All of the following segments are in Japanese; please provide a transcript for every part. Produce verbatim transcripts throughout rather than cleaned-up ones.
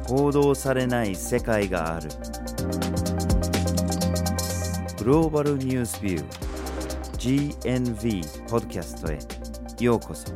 報道されない世界がある。グローバルニュースビュー ジーエヌブイ ポッドキャストへようこそ。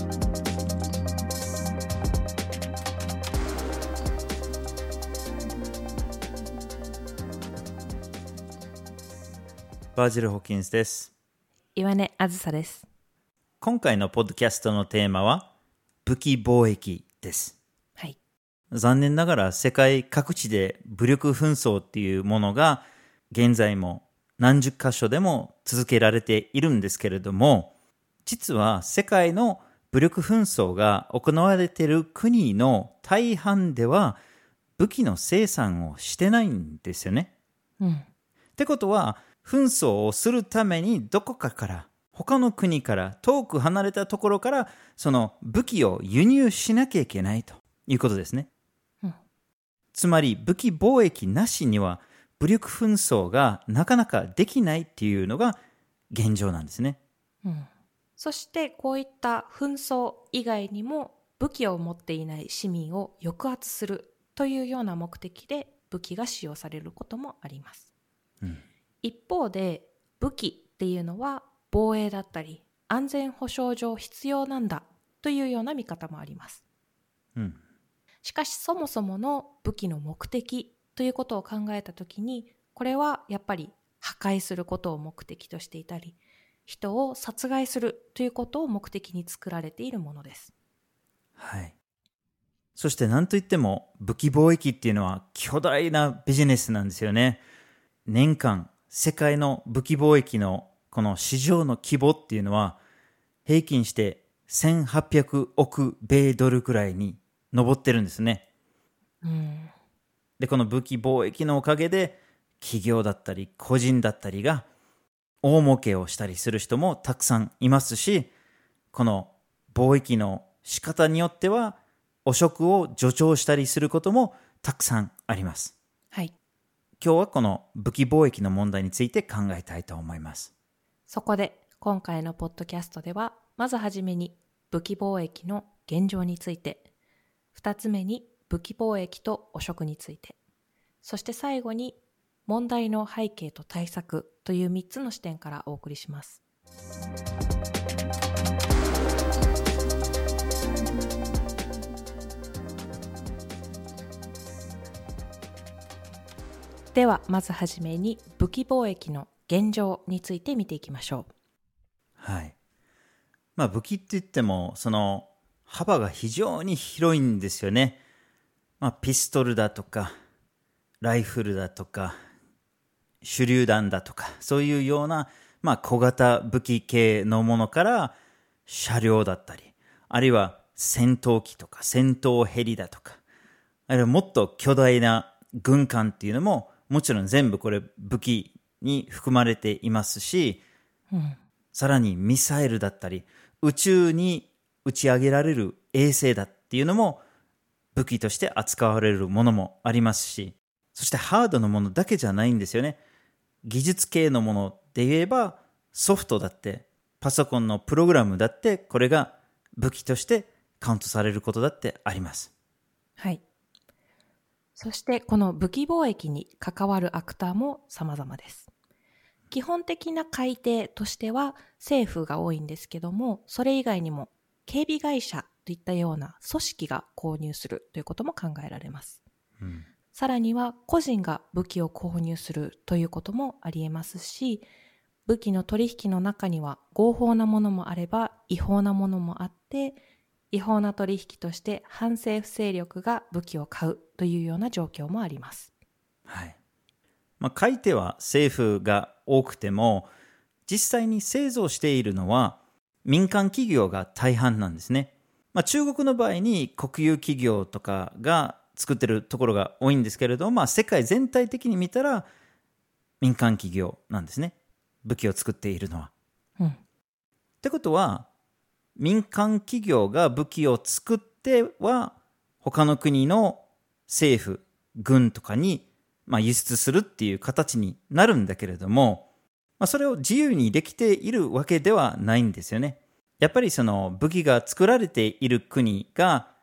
バージル・ホッキンスです。 岩根あずさです。 今回のポッドキャストのテーマは武器貿易です。 はい。 残念ながら世界各地で武力紛争っていうものが現在も何十箇所でも続けられているんですけれども、実は世界の武力紛争が行われている国の大半では武器の生産をしてないんですよね。 うん。 ってことは紛争をするためにどこかから他の国から遠く離れたところからその武器を輸入しなきゃいけないということですね。 うん、 つまり武器貿易なしには武力紛争がなかなかできないっていうのが現状なんですね。 うん、そしてこういった紛争以外にも武器を持っていない市民を抑圧するというような目的で武器が使用されることもあります。 うん、 一方で武器っていうのは防衛だったり安全保障上必要なんだというような見方もあります。 うん、 しかしそもそもの武器の目的ということを考えたときに、これはやっぱり破壊することを目的としていたり、人を殺害するということを目的に作られているものです。 はい。そして何といっても武器貿易っていうのは巨大なビジネスなんですよね。年間世界の武器貿易のこの市場の規模っていうのは平均してせんはっぴゃくおく米ドルくらいに上ってるんですね。 うん、 で、この武器貿易のおかげで企業だったり個人だったりが大儲けをしたりする人もたくさんいますし、この貿易の仕方によっては汚職を助長したりすることもたくさんあります。 はい。 今日はこの武器貿易の問題について考えたいと思います。 そこで今回のポッドキャストでは、まずはじめに武器貿易の現状について、二つ目に武器貿易と汚職について、そして最後に問題の背景と対策という三つの視点からお送りします。ではまずはじめに武器貿易の現状について見ていきましょう。 はい。まあ武器って言ってもその幅が非常に広いんですよね。まあピストルだとかライフルだとか手榴弾だとかそういうようなまあ小型武器系のものから車両だったり、あるいは戦闘機とか戦闘ヘリだとか、あるいはもっと巨大な軍艦っていうのももちろん全部これ武器に含まれていますし、 うん、 さらにミサイルだったり宇宙に打ち上げられる衛星だっていうのも武器として扱われるものもありますし、そしてハードのものだけじゃないんですよね。技術系のもので言えばソフトだってパソコンのプログラムだってこれが武器としてカウントされることだってあります。 はい。そしてこの武器貿易に関わるアクターも様々です。基本的な改定としては政府が多いんですけども、それ以外にも警備会社といったような組織が購入するということも考えられます。うん、さらには個人が武器を購入するということもあり得ますし、武器の取引の中には合法なものもあれば違法なものもあって、違法な取引として反政府勢力が武器を買うというような状況もあります。 はい。まあ、買い手は政府が多くても、実際に製造しているのは民間企業が大半なんですね。まあ、中国の場合に国有企業とかが作ってるところが多いんですけれども、まあ、世界全体的に見たら民間企業なんですね。武器を作っているのは。 うん、 ってことは民間企業が武器を作っては他の国の政府、軍とかにまあ輸出するっていう形になるんだけれども、まあ、それを自由にできているわけではないんですよね。やっぱりその武器が作られている国が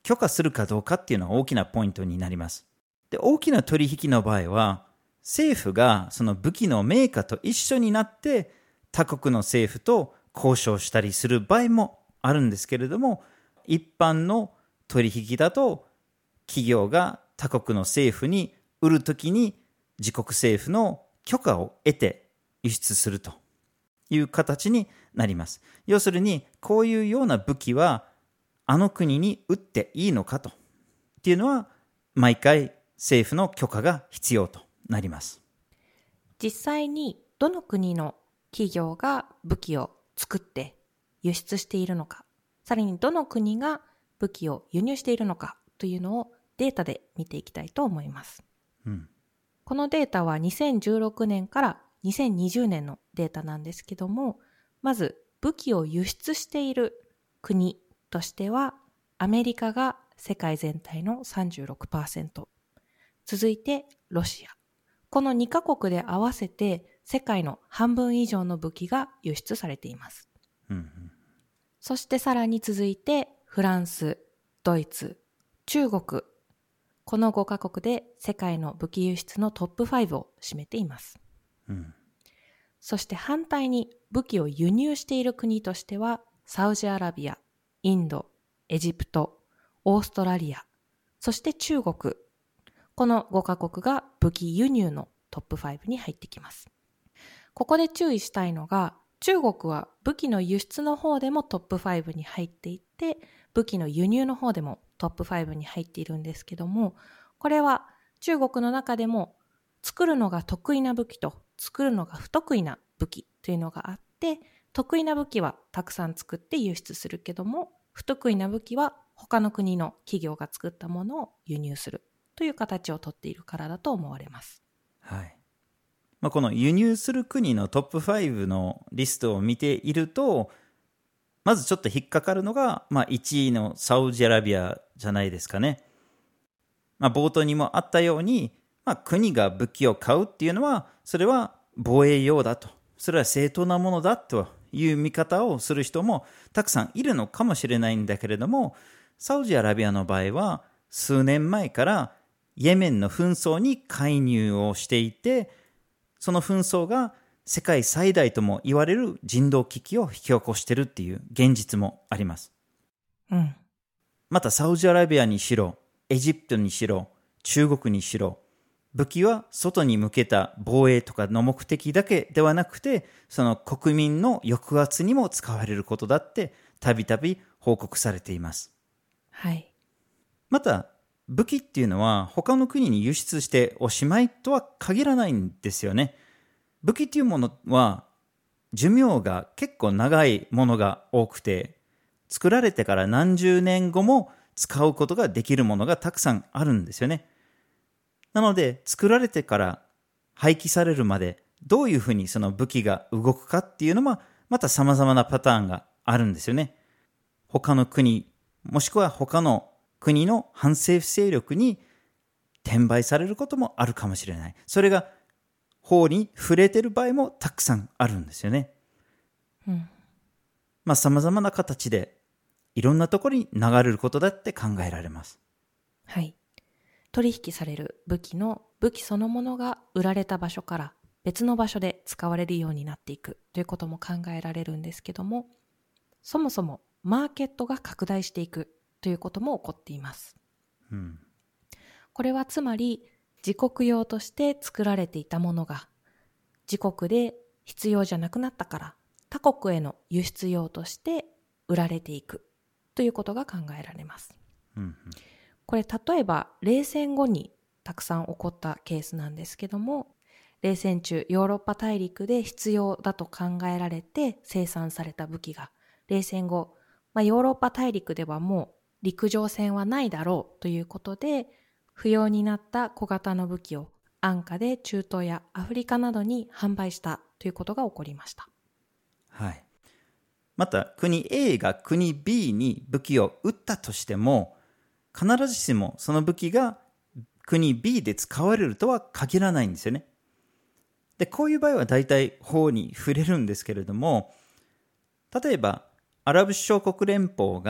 許可するかどうかっていうのは大きなポイントになります。で、大きな取引の場合は、政府がその武器のメーカーと一緒になって他国の政府と交渉したりする場合もあるんですけれども、一般の取引だと企業が他国の政府に売るときに自国政府の許可を得て輸出するという形になります。要するにこういうような武器はあの国に売っていいのかとっていうのは毎回政府の許可が必要となります。 実際にどの国の企業が武器を作って輸出しているのか、さらにどの国が武器を輸入しているのかというのをデータで見ていきたいと思います。 うん、 このデータはにせんじゅうろくねんからにせんにじゅうねんのデータなんですけども、まず武器を輸出している国としてはアメリカが世界全体の さんじゅうろくパーセント、続いてロシア。このにカ国で合わせて世界の半分以上の武器が輸出されています。 うんうん、 そしてさらに続いてフランス、ドイツ、中国。このごカ国で世界の武器輸出のトップごを占めています。 うん、 そして反対に武器を輸入している国としてはサウジアラビア、インド、エジプト、オーストラリア、そして中国。このごカ国が武器輸入のトップごに入ってきます。ここで注意したいのが、中国は武器の輸出の方でもトップごに入っていて、武器の輸入の方でもトップごに入っているんですけども、これは中国の中でも作るのが得意な武器と作るのが不得意な武器というのがあって、得意な武器はたくさん作って輸出するけども、不得意な武器は他の国の企業が作ったものを輸入するという形をとっているからだと思われます。 はい。まあ、この輸入する国のトップごのリストを見ていると、まずちょっと引っかかるのが、まあ、いちいのサウジアラビアじゃないですかね。まあ、冒頭にもあったように、まあ、国が武器を買うっていうのは、それは防衛用だと。それは正当なものだという見方をする人もたくさんいるのかもしれないんだけれども、サウジアラビアの場合は数年前からイエメンの紛争に介入をしていて、その紛争が世界最大とも言われる人道危機を引き起こしているっていう現実もあります。 うん。 またサウジアラビアにしろ、エジプトにしろ、中国にしろ、武器は外に向けた防衛とかの目的だけではなくて、その国民の抑圧にも使われることだってたびたび報告されています。 はい。 また武器っていうのは他の国に輸出しておしまいとは限らないんですよね。武器っていうものは寿命が結構長いものが多くて、作られてから何十年後も使うことができるものがたくさんあるんですよね。なので作られてから廃棄されるまでどういうふうにその武器が動くかっていうのもまた様々なパターンがあるんですよね。他の国もしくは他の国の反政府勢力に転売されることもあるかもしれない。それが法に触れている場合もたくさんあるんですよね。 うん、 まあ様々な形でいろんなところに流れることだって考えられます。 はい。取引される武器の武器そのものが売られた場所から別の場所で使われるようになっていくということも考えられるんですけども、そもそもマーケットが拡大していくということも起こっています。 うん、 これはつまり自国用として作られていたものが自国で必要じゃなくなったから他国への輸出用として売られていくということが考えられます。 うんうん、 これ例えば冷戦後にたくさん起こったケースなんですけども、冷戦中ヨーロッパ大陸で必要だと考えられて生産された武器が冷戦後、まあ、ヨーロッパ大陸ではもう陸上戦はないだろうということで不要になった小型の武器を安価で中東やアフリカなどに販売したということが起こりました。 はい。また国 A が国 B に武器を売ったとしても、必ずしもその武器が国 B で使われるとは限らないんですよね。で、こういう場合は大体法に触れるんですけれども、例えばアラブ首長国連邦が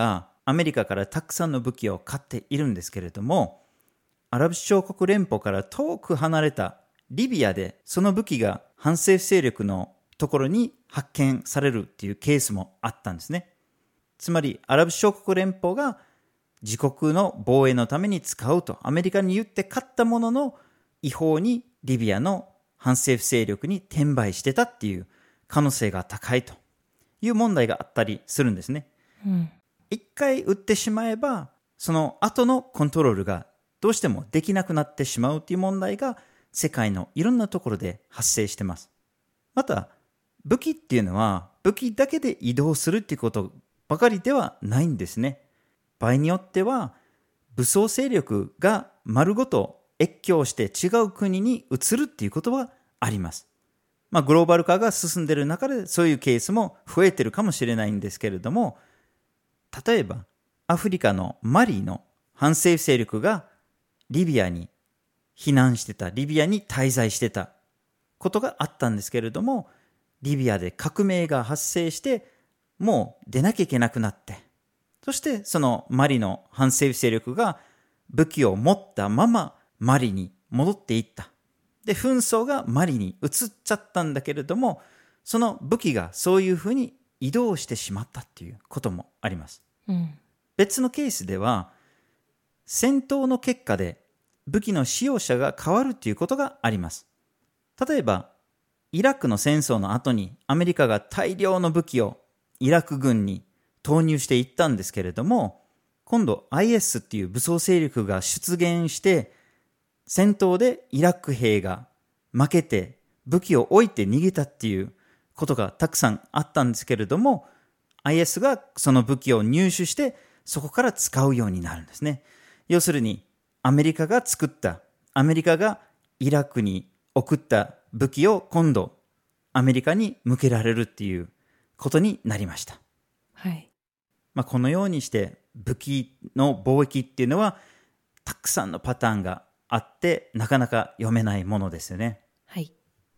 アメリカからたくさんの武器を買っているんですけれども、アラブ首長国連邦から遠く離れたリビアでその武器が反政府勢力のところに発見されるっていうケースもあったんですね。つまりアラブ首長国連邦が自国の防衛のために使うとアメリカに言って買ったものの違法にリビアの反政府勢力に転売してたっていう可能性が高いという問題があったりするんですね。 うん、 一回撃ってしまえばその後のコントロールがどうしてもできなくなってしまうという問題が世界のいろんなところで発生してます。また武器っていうのは武器だけで移動するっていうことばかりではないんですね。場合によっては武装勢力が丸ごと越境して違う国に移るっていうことはあります。まあグローバル化が進んでいる中でそういうケースも増えてるかもしれないんですけれども、例えばアフリカのマリの反政府勢力がリビアに避難してた、リビアに滞在してたことがあったんですけれども、リビアで革命が発生してもう出なきゃいけなくなって、そしてそのマリの反政府勢力が武器を持ったままマリに戻っていった。で、紛争がマリに移っちゃったんだけれども、その武器がそういうふうに移動してしまったっていうこともあります。 うん、 別のケースでは、戦闘の結果で武器の使用者が変わるということがあります。例えば、イラクの戦争の後にアメリカが大量の武器をイラク軍に投入していったんですけれども、今度 アイエス っていう武装勢力が出現して、戦闘でイラク兵が負けて武器を置いて逃げたっていうことがたくさんあったんですけれども、アイエス がその武器を入手してそこから使うようになるんですね。要するにアメリカが作った、アメリカがイラクに送った武器を今度アメリカに向けられるっていうことになりました。 はい。 まあ、このようにして武器の貿易っていうのはたくさんのパターンがあってなかなか読めないものですよね。 はい。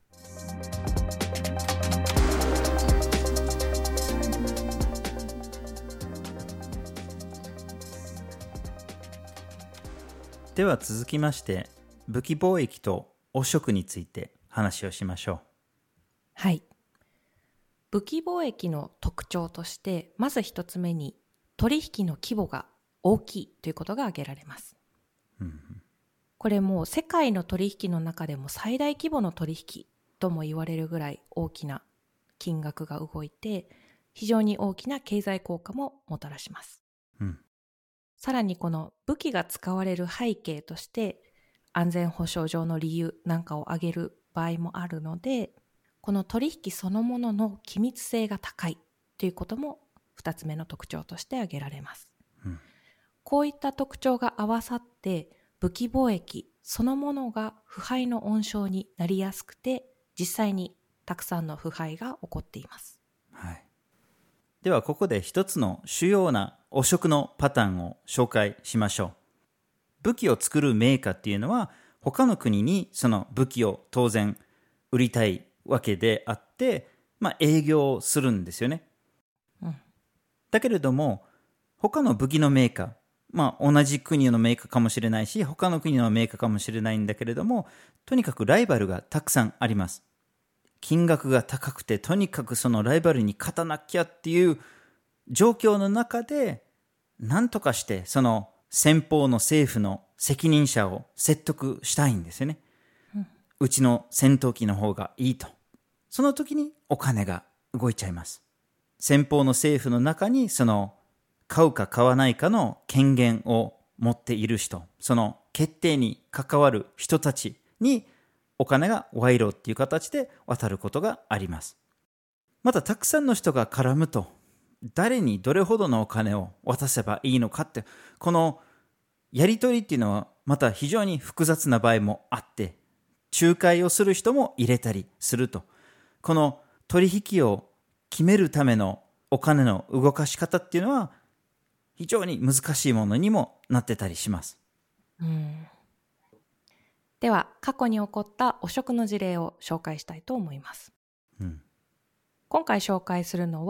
では続きまして武器貿易と汚職について話をしましょう。 はい。武器貿易の特徴として、まず一つ目に取引の規模が大きいということが挙げられます。 うん、 これも世界の取引の中でも最大規模の取引とも言われるぐらい大きな金額が動いて、非常に大きな経済効果ももたらします。 うん、 さらにこの武器が使われる背景として安全保障上の理由なんかを挙げる場合もあるので、この取引そのものの機密性が高いということも二つ目の特徴として挙げられます。 うん、 こういった特徴が合わさって武器貿易そのものが腐敗の温床になりやすくて、実際にたくさんの腐敗が起こっています。 はい、ではここで一つの主要な汚職のパターンを紹介しましょう。武器を作るメーカーっていうのは他の国にその武器を当然売りたいわけであって、まあ、営業をするんですよね。 うん、 だけれども他の武器のメーカー、まあ、同じ国のメーカーかもしれないし他の国のメーカーかもしれないんだけれども、とにかくライバルがたくさんあります。金額が高くてとにかくそのライバルに勝たなきゃっていう状況の中で何とかしてその先方の政府の責任者を説得したいんですよね。うん、うちの戦闘機の方がいいと。その時にお金が動いちゃいます。先方の政府の中にその買うか買わないかの権限を持っている人、その決定に関わる人たちにお金が賄賂っていう形で渡ることがあります。またたくさんの人が絡むと誰にどれほどのお金を渡せばいいのかって、このやり取りっていうのはまた非常に複雑な場合もあって、仲介をする人も入れたりすると、この取引を決めるためのお金の動かし方っていうのは非常に難しいものにもなってたりします。 うん、では過去に起こった汚職の事例を紹介したいと思います。 うん、 今回紹介するのは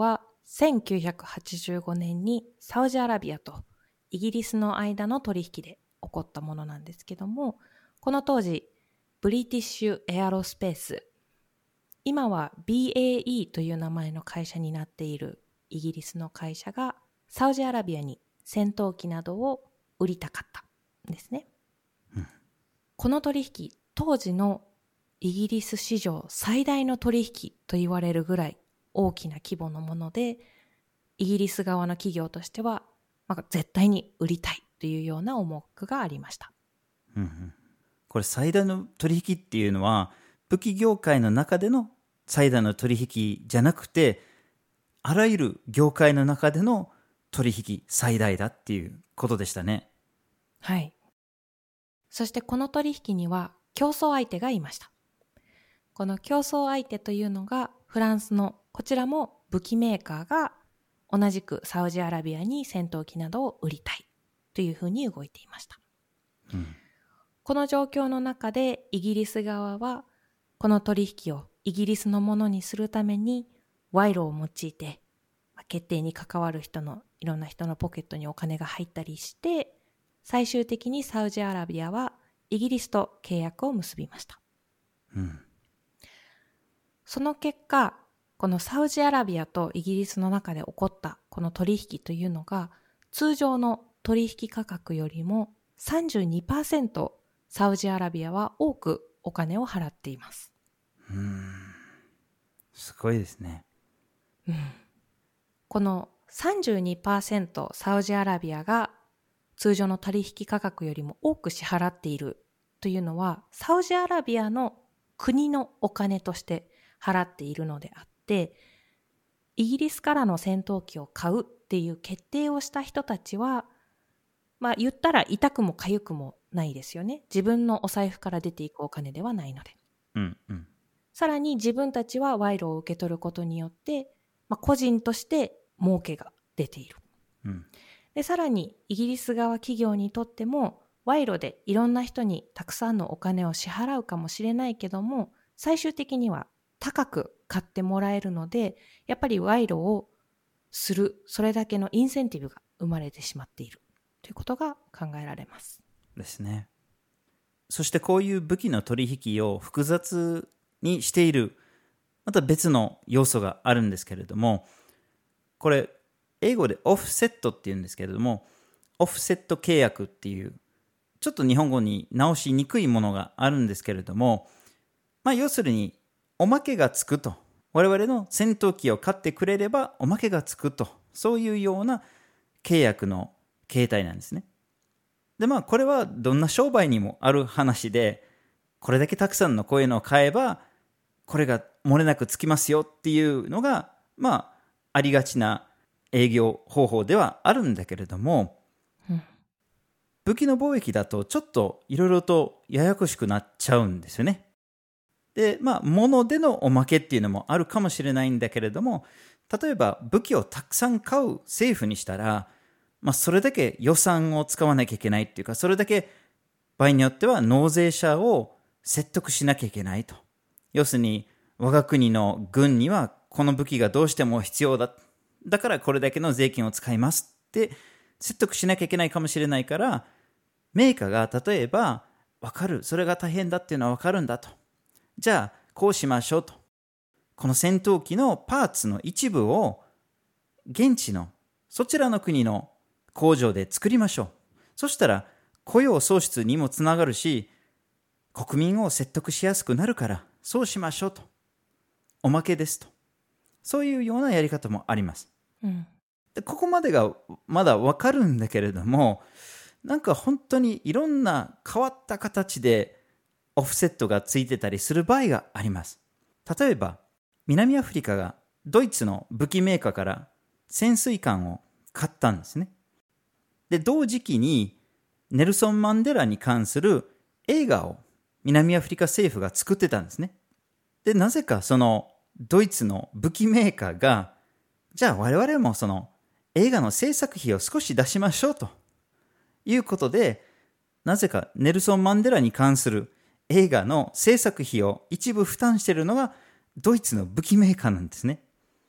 せんきゅうひゃくはちじゅうごねんにサウジアラビアとイギリスの間の取引で起こったものなんですけども、この当時、ブリティッシュエアロスペース、今は ビーエーイー という名前の会社になっているイギリスの会社がサウジアラビアに戦闘機などを売りたかったんですね。 うん、 この取引、当時のイギリス史上最大の取引と言われるぐらい大きな規模のもので、イギリス側の企業としては、まあ、絶対に売りたいというような思惑がありました。 うんうん、これ最大の取引っていうのは武器業界の中での最大の取引じゃなくて、あらゆる業界の中での取引最大だっていうことでしたね。 はい。そしてこの取引には競争相手がいました。この競争相手というのがフランスのこちらも武器メーカーが同じくサウジアラビアに戦闘機などを売りたいというふうに動いていました。 うん、 この状況の中でイギリス側はこの取引をイギリスのものにするために賄賂を用いて、決定に関わる人のいろんな人のポケットにお金が入ったりして、最終的にサウジアラビアはイギリスと契約を結びました。 うん、 その結果、このサウジアラビアとイギリスの中で起こったこの取引というのが、通常の取引価格よりも さんじゅうにパーセント サウジアラビアは多くお金を払っています。 うーん、すごいですね。 うん、この さんじゅうにパーセント サウジアラビアが通常の取引価格よりも多く支払っているというのは、サウジアラビアの国のお金として払っているのであって、イギリスからの戦闘機を買うっていう決定をした人たちは、まあ言ったら痛くも痒くもないですよね。自分のお財布から出ていくお金ではないので。 うんうん、 さらに自分たちは賄賂を受け取ることによって、まあ、個人として儲けが出ている。 うん、 で、さらにイギリス側企業にとっても賄賂でいろんな人にたくさんのお金を支払うかもしれないけども、最終的には高く買ってもらえるので、やっぱり賄賂をする、それだけのインセンティブが生まれてしまっているということが考えられます。 ですね。そしてこういう武器の取引を複雑にしているまた別の要素があるんですけれども、これ英語でオフセットっていうんですけれども、オフセット契約っていうちょっと日本語に直しにくいものがあるんですけれども、まあ要するにおまけがつくと、我々の戦闘機を買ってくれればおまけがつくと、そういうような契約の形態なんですね。でまあこれはどんな商売にもある話で、これだけたくさんのこういうのを買えばこれが漏れなくつきますよっていうのがまあありがちな営業方法ではあるんだけれども、 うん、 武器の貿易だとちょっといろいろとややこしくなっちゃうんですよね。でまあ物でのおまけっていうのもあるかもしれないんだけれども、例えば武器をたくさん買う政府にしたら、まあ、それだけ予算を使わなきゃいけないっていうか、それだけ場合によっては納税者を説得しなきゃいけないと。要するに我が国の軍にはこの武器がどうしても必要だ、だからこれだけの税金を使いますって説得しなきゃいけないかもしれないから、メーカーが例えば分かる、それが大変だっていうのは分かるんだと、じゃあこうしましょうと、この戦闘機のパーツの一部を現地のそちらの国の工場で作りましょう。そしたら雇用創出にもつながるし、国民を説得しやすくなるからそうしましょうと、おまけですと、そういうようなやり方もあります、 うん、 でここまでがまだわかるんだけれども、なんか本当にいろんな変わった形でオフセットがついてたりする場合があります。例えば南アフリカがドイツの武器メーカーから潜水艦を買ったんですね。で同時期にネルソン・マンデラに関する映画を南アフリカ政府が作ってたんですね。でなぜかそのドイツの武器メーカーが、じゃあ我々もその映画の制作費を少し出しましょうということで、なぜかネルソン・マンデラに関する映画の制作費を一部負担しているのがドイツの武器メーカーなんですね。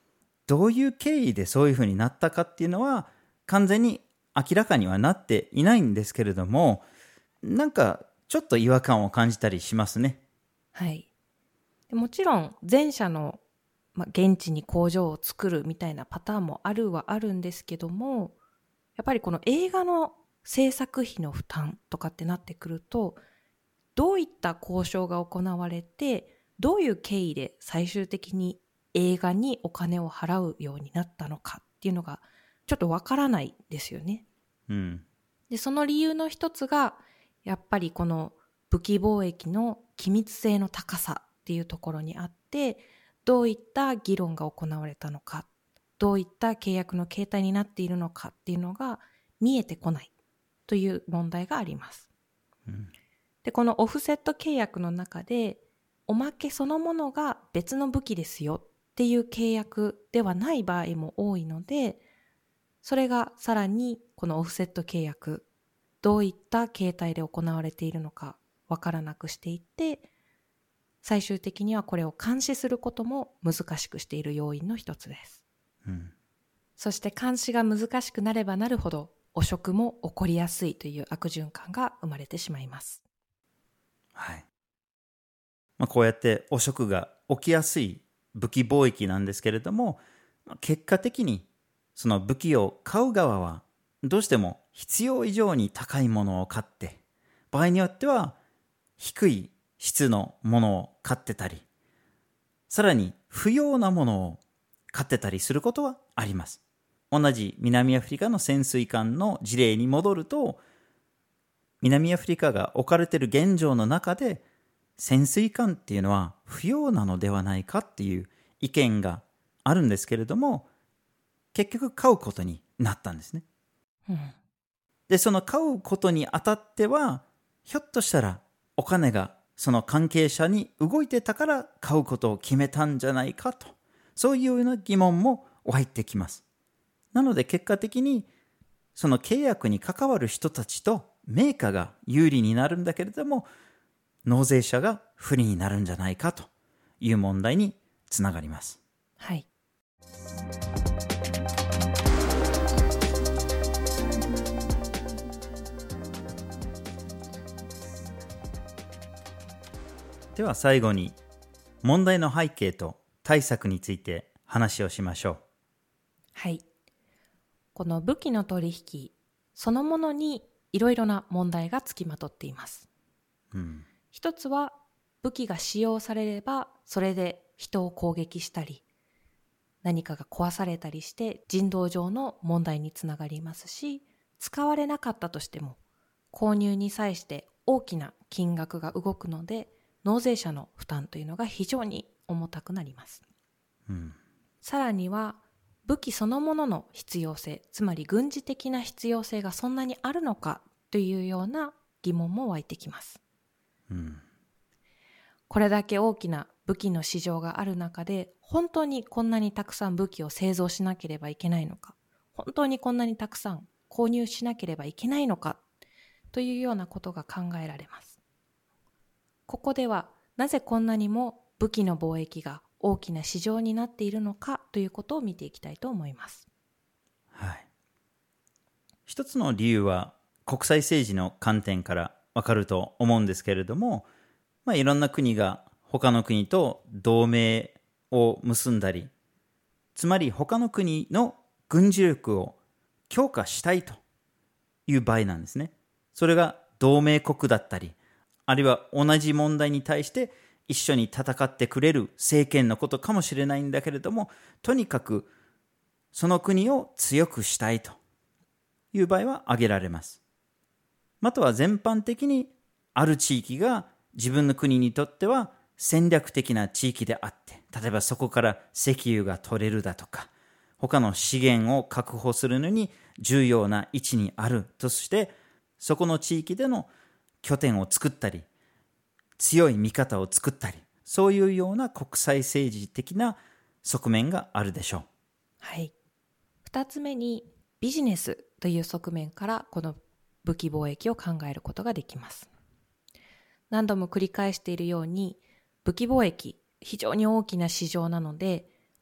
どういう経緯でそういうふうになったかっていうのは完全に明らかにはなっていないんですけれども、なんかちょっと違和感を感じたりしますね。 はい。でもちろん前者の、まあ、現地に工場を作るみたいなパターンもあるはあるんですけども、やっぱりこの映画の制作費の負担とかってなってくると、どういった交渉が行われて、どういう経緯で最終的に映画にお金を払うようになったのかっていうのがちょっとわからないですよね。 うん。 で、その理由の一つがやっぱりこの武器貿易の機密性の高さっていうところにあって、どういった議論が行われたのか、どういった契約の形態になっているのかっていうのが見えてこないという問題があります。 うん、 で、このオフセット契約の中でおまけそのものが別の武器ですよっていう契約ではない場合も多いので、それがさらにこのオフセット契約、どういった形態で行われているのかわからなくしていって、最終的にはこれを監視することも難しくしている要因の一つです。 うん、 そして監視が難しくなればなるほど汚職も起こりやすいという悪循環が生まれてしまいます。 はい。まあ、こうやって汚職が起きやすい武器貿易なんですけれども、結果的にその武器を買う側はどうしても必要以上に高いものを買って、場合によっては低い質のものを買ってたり、さらに不要なものを買ってたりすることはあります。同じ南アフリカの潜水艦の事例に戻ると、南アフリカが置かれている現状の中で潜水艦っていうのは不要なのではないかっていう意見があるんですけれども、結局買うことになったんですね。 うん、 で、その買うことにあたっては、ひょっとしたらお金がその関係者に動いてたから買うことを決めたんじゃないかと、そういうような疑問も湧いてきます。なので結果的にその契約に関わる人たちとメーカーが有利になるんだけれども、納税者が不利になるんじゃないかという問題につながります。 はい。 では最後に問題の背景と対策について話をしましょう。 はい。この武器の取引そのものにいろいろな問題がつきまとっています。 うん、 一つは武器が使用されればそれで人を攻撃したり何かが壊されたりして人道上の問題につながりますし、使われなかったとしても購入に際して大きな金額が動くので納税者の負担というのが非常に重たくなります。 うん、 さらには武器そのものの必要性、つまり軍事的な必要性がそんなにあるのかというような疑問も湧いてきます。 うん、 これだけ大きな武器の市場がある中で、本当にこんなにたくさん武器を製造しなければいけないのか、本当にこんなにたくさん購入しなければいけないのかというようなことが考えられます。ここではなぜこんなにも武器の貿易が大きな市場になっているのかということを見ていきたいと思います。 はい。一つの理由は国際政治の観点からわかると思うんですけれども、まあ、いろんな国が他の国と同盟を結んだり、つまり他の国の軍事力を強化したいという場合なんですね。それが同盟国だったり、あるいは同じ問題に対して一緒に戦ってくれる政権のことかもしれないんだけれども、とにかくその国を強くしたいという場合は挙げられます。または全般的にある地域が自分の国にとっては戦略的な地域であって、例えばそこから石油が取れるだとか、他の資源を確保するのに重要な位置にあるとして、そこの地域での拠点を作ったり、強い味方を作ったり、そういうような国際政治的な側面があるでしょう。 はい。二つ目にビジネスという側面からこの武器貿易を考えることができます。何度も繰り返しているように武器貿易非常に大きな市場なので、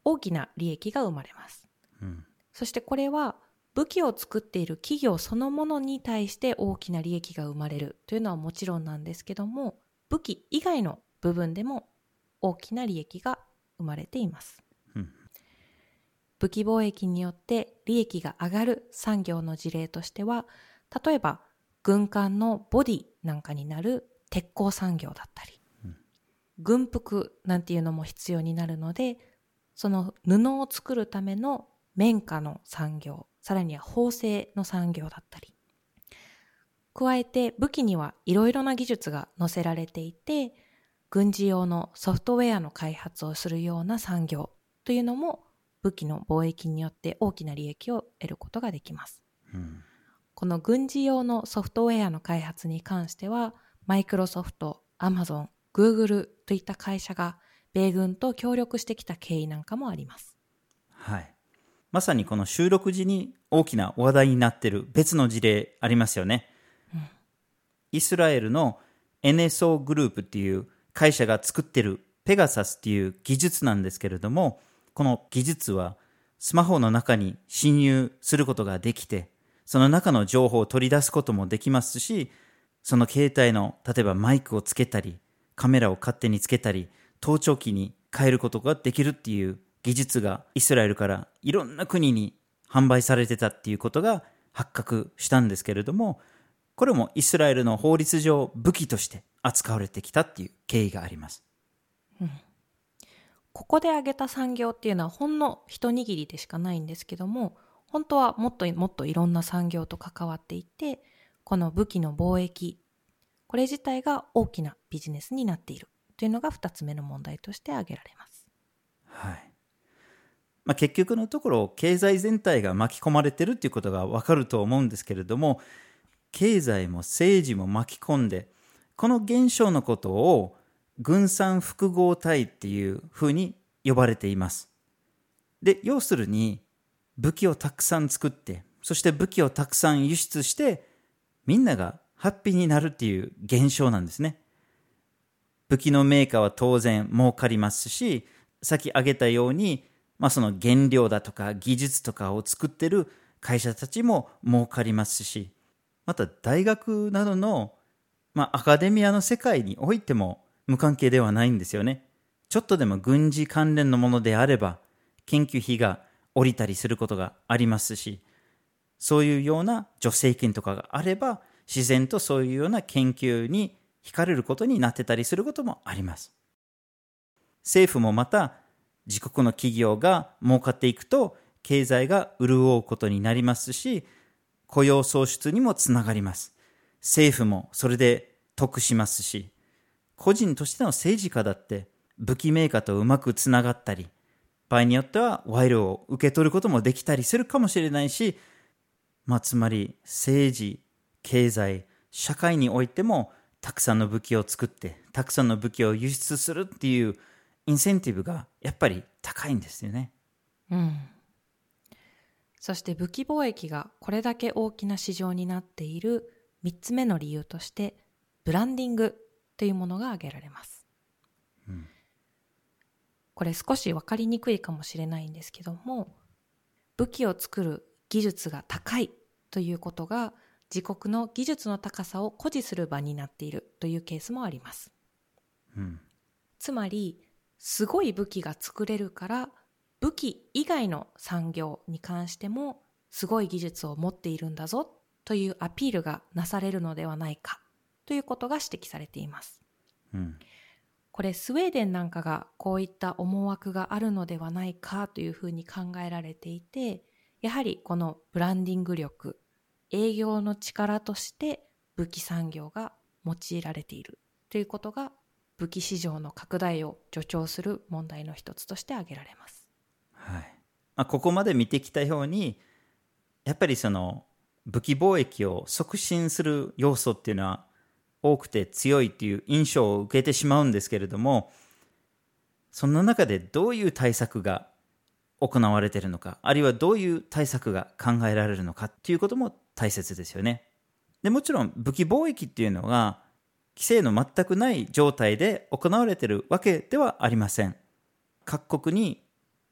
大きな利益が生まれます。 うん、 そしてこれは武器を作っている企業そのものに対して大きな利益が生まれるというのはもちろんなんですけども、武器以外の部分でも大きな利益が生まれています。 うん、 武器貿易によって利益が上がる産業の事例としては、例えば軍艦のボディなんかになる鉄鋼産業だったり、うん、軍服なんていうのも必要になるので、その布を作るための綿花の産業、さらには縫製の産業だったり、加えて武器にはいろいろな技術が載せられていて、軍事用のソフトウェアの開発をするような産業というのも武器の貿易によって大きな利益を得ることができます。うん、この軍事用のソフトウェアの開発に関しては、マイクロソフト、アマゾン、グーグルといった会社が米軍と協力してきた経緯なんかもあります。 はい。まさにこの収録時に大きな話題になっている別の事例ありますよね。うん、イスラエルの エヌエスオー グループっていう会社が作っているペガサスっていう技術なんですけれども、この技術はスマホの中に侵入することができて、その中の情報を取り出すこともできますし、その携帯の例えばマイクをつけたり、カメラを勝手につけたり、盗聴器に変えることができるっていう技術がイスラエルからいろんな国に販売されてたっていうことが発覚したんですけれども、これもイスラエルの法律上武器として扱われてきたっていう経緯があります。 うん、ここで挙げた産業っていうのはほんの一握りでしかないんですけども、本当はもっともっといろんな産業と関わっていて、この武器の貿易、これ自体が大きなビジネスになっているというのがふたつめの問題として挙げられます。 はい。まあ、結局のところ経済全体が巻き込まれているということが分かると思うんですけれども、経済も政治も巻き込んで、この現象のことを軍産複合体っていうふうに呼ばれています。で、要するに武器をたくさん作って、そして武器をたくさん輸出して、みんながハッピーになるっていう現象なんですね。武器のメーカーは当然儲かりますし、さっき挙げたように、まあ、その原料だとか技術とかを作ってる会社たちも儲かりますし、また大学などの、まあ、アカデミアの世界においても無関係ではないんですよね。ちょっとでも軍事関連のものであれば研究費が下りたりすることがありますし、そういうような助成金とかがあれば自然とそういうような研究に惹かれることになってたりすることもあります。政府もまた自国の企業が儲かっていくと経済が潤うことになりますし、雇用創出にもつながります。政府もそれで得しますし、個人としての政治家だって武器メーカーとうまくつながったり、場合によっては賄賂を受け取ることもできたりするかもしれないし、まあ、つまり政治、経済、社会においてもたくさんの武器を作ってたくさんの武器を輸出するっていうインセンティブがやっぱり高いんですよね。 うん。そして武器貿易がこれだけ大きな市場になっているみっつめの理由としてブランディングというものが挙げられます。うん、これ少し分かりにくいかもしれないんですけども、武器を作る技術が高いということが自国の技術の高さを誇示する場になっているというケースもあります。うん、つまりすごい武器が作れるから武器以外の産業に関してもすごい技術を持っているんだぞというアピールがなされるのではないかということが指摘されています。うん、これスウェーデンなんかがこういった思惑があるのではないかというふうに考えられていて、やはりこのブランディング力、営業の力として武器産業が用いられているということが武器市場の拡大を助長する問題の一つとして挙げられます。 はい。まあ、ここまで見てきたように、やっぱりその武器貿易を促進する要素っていうのは多くて強いっていう印象を受けてしまうんですけれども、そんな中でどういう対策が行われているのか、あるいはどういう対策が考えられるのかっていうことも大切ですよね。でもちろん武器貿易っていうのが規制の全くない状態で行われているわけではありません。各国に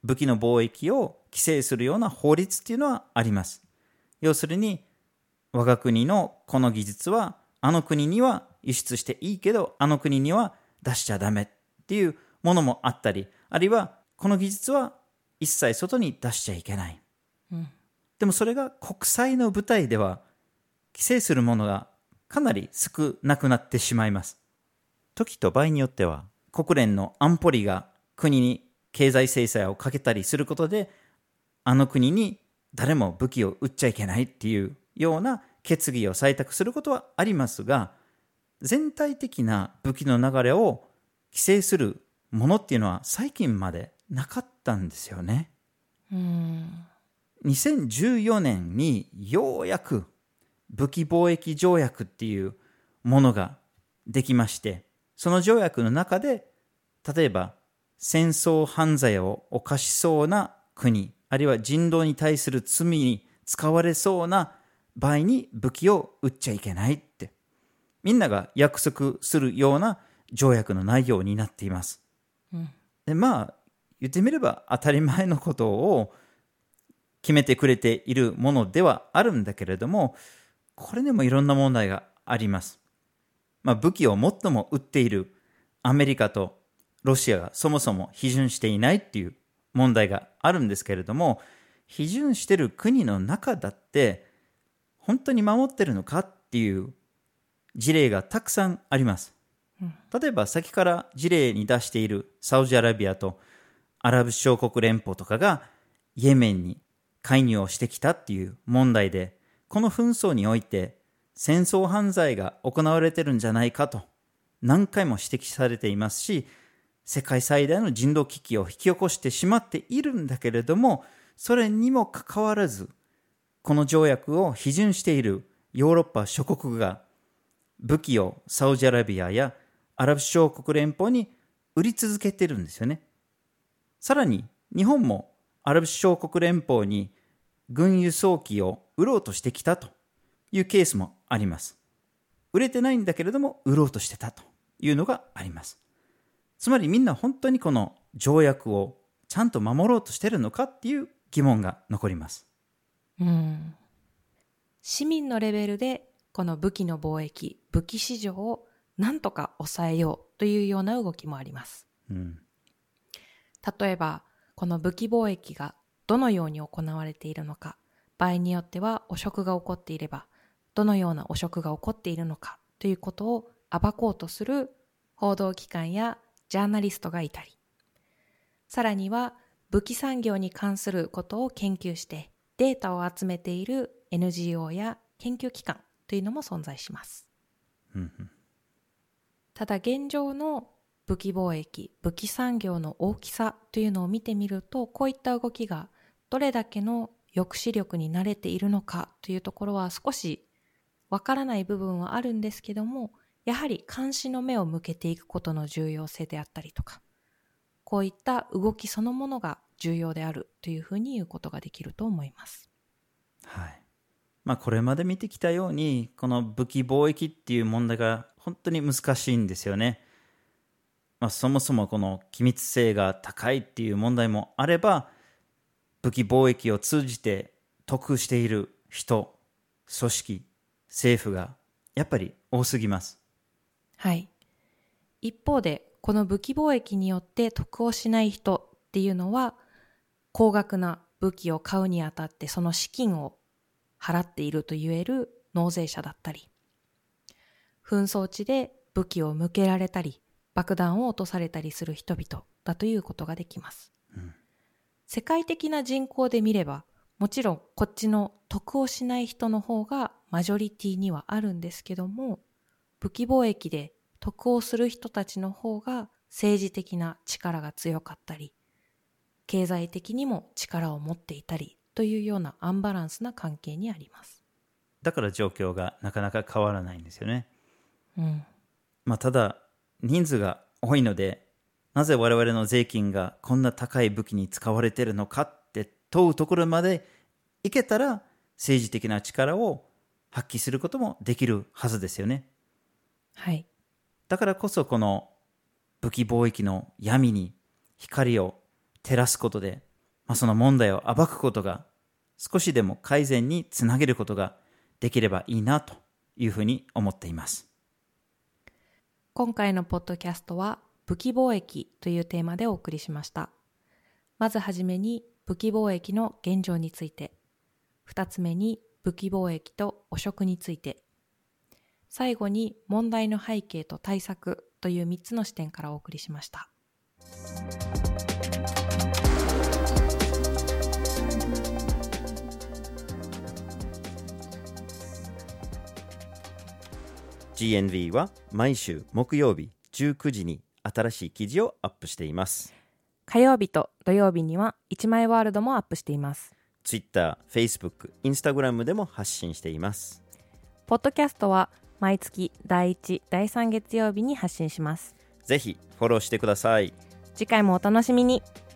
武器の貿易を規制するような法律っていうのはあります。要するに、我が国のこの技術はあの国には輸出していいけど、あの国には出しちゃダメっていうものもあったり、あるいはこの技術は一切外に出しちゃいけない。 うん、 でもそれが国際の舞台では規制するものがかなり少なくなってしまいます。時と場合によっては国連の安保理が国に経済制裁をかけたりすることで、あの国に誰も武器を売っちゃいけないっていうような決議を採択することはありますが、全体的な武器の流れを規制するものっていうのは最近までなかったんですよね。 うん、 にせんじゅうよねんにようやく武器貿易条約っていうものができまして、その条約の中で例えば戦争犯罪を犯しそうな国、あるいは人道に対する罪に使われそうな場合に武器を売っちゃいけないってみんなが約束するような条約の内容になっています。 うん、 でまあ言ってみれば当たり前のことを決めてくれているものではあるんだけれども、これでもいろんな問題があります。まあ、武器を最も売っているアメリカとロシアがそもそも批准していないっていう問題があるんですけれども、批准している国の中だって本当に守ってるのかっていう事例がたくさんあります。例えば先から事例に出しているサウジアラビアとアラブ首長国連邦とかがイエメンに介入をしてきたっていう問題で、この紛争において戦争犯罪が行われてるんじゃないかと何回も指摘されていますし、世界最大の人道危機を引き起こしてしまっているんだけれども、それにもかかわらずこの条約を批准しているヨーロッパ諸国が武器をサウジアラビアやアラブ首長国連邦に売り続けてるんですよね。さらに日本もアラブ首長国連邦に軍輸送機を売ろうとしてきたというケースもあります。売れてないんだけれども売ろうとしてたというのがあります。つまりみんな本当にこの条約をちゃんと守ろうとしてるのかっていう疑問が残ります。 うん、市民のレベルでこの武器の貿易、武器市場をなんとか抑えようというような動きもあります。 うん、 例えばこの武器貿易がどのように行われているのか、場合によっては汚職が起こっていればどのような汚職が起こっているのかということを暴こうとする報道機関やジャーナリストがいたり、さらには武器産業に関することを研究してデータを集めている エヌジーオー や研究機関というのも存在します。 うん、 ただ現状の武器貿易、武器産業の大きさというのを見てみると、こういった動きがどれだけの抑止力に慣れているのかというところは少しわからない部分はあるんですけども、やはり監視の目を向けていくことの重要性であったりとか、こういった動きそのものが重要であるというふうに言うことができると思います。 はい。まあこれまで見てきたように、この武器貿易っていう問題が本当に難しいんですよね。まあ、そもそもこの機密性が高いっていう問題もあれば、武器貿易を通じて得している人、組織、政府がやっぱり多すぎます。 はい。一方でこの武器貿易によって得をしない人っていうのは、高額な武器を買うにあたってその資金を払っていると言える納税者だったり、紛争地で武器を向けられたり爆弾を落とされたりする人々だということができます。うん、世界的な人口で見れば、もちろんこっちの得をしない人の方がマジョリティにはあるんですけども、武器貿易で得をする人たちの方が政治的な力が強かったり、経済的にも力を持っていたりというようなアンバランスな関係にあります。 だから状況がなかなか変わらないんですよね。 うん。 まあ、ただ人数が多いので、なぜ我々の税金がこんな高い武器に使われているのかって問うところまでいけたら、政治的な力を発揮することもできるはずですよね。 はい。 だからこそこの武器貿易の闇に光を照らすことで、 あ、その問題を暴くことが少しでも改善につなげることができればいいなというふうに思っています。 今回のポッドキャストは武器貿易というテーマでお送りしました。まずはじめに武器貿易の現状について、二つ目に武器貿易と汚職について、最後に問題の背景と対策というみっつの視点からお送りしました。 ジーエヌブイ は毎週木曜日じゅうくじに新しい記事をアップしています。 火曜日と土曜日にはいちまいワールドもアップしています。 Twitter、Facebook、Instagram でも発信しています。 ポッドキャストは毎月だいいち、だいさん月曜日に発信します。 ぜひフォローしてください。 次回もお楽しみに。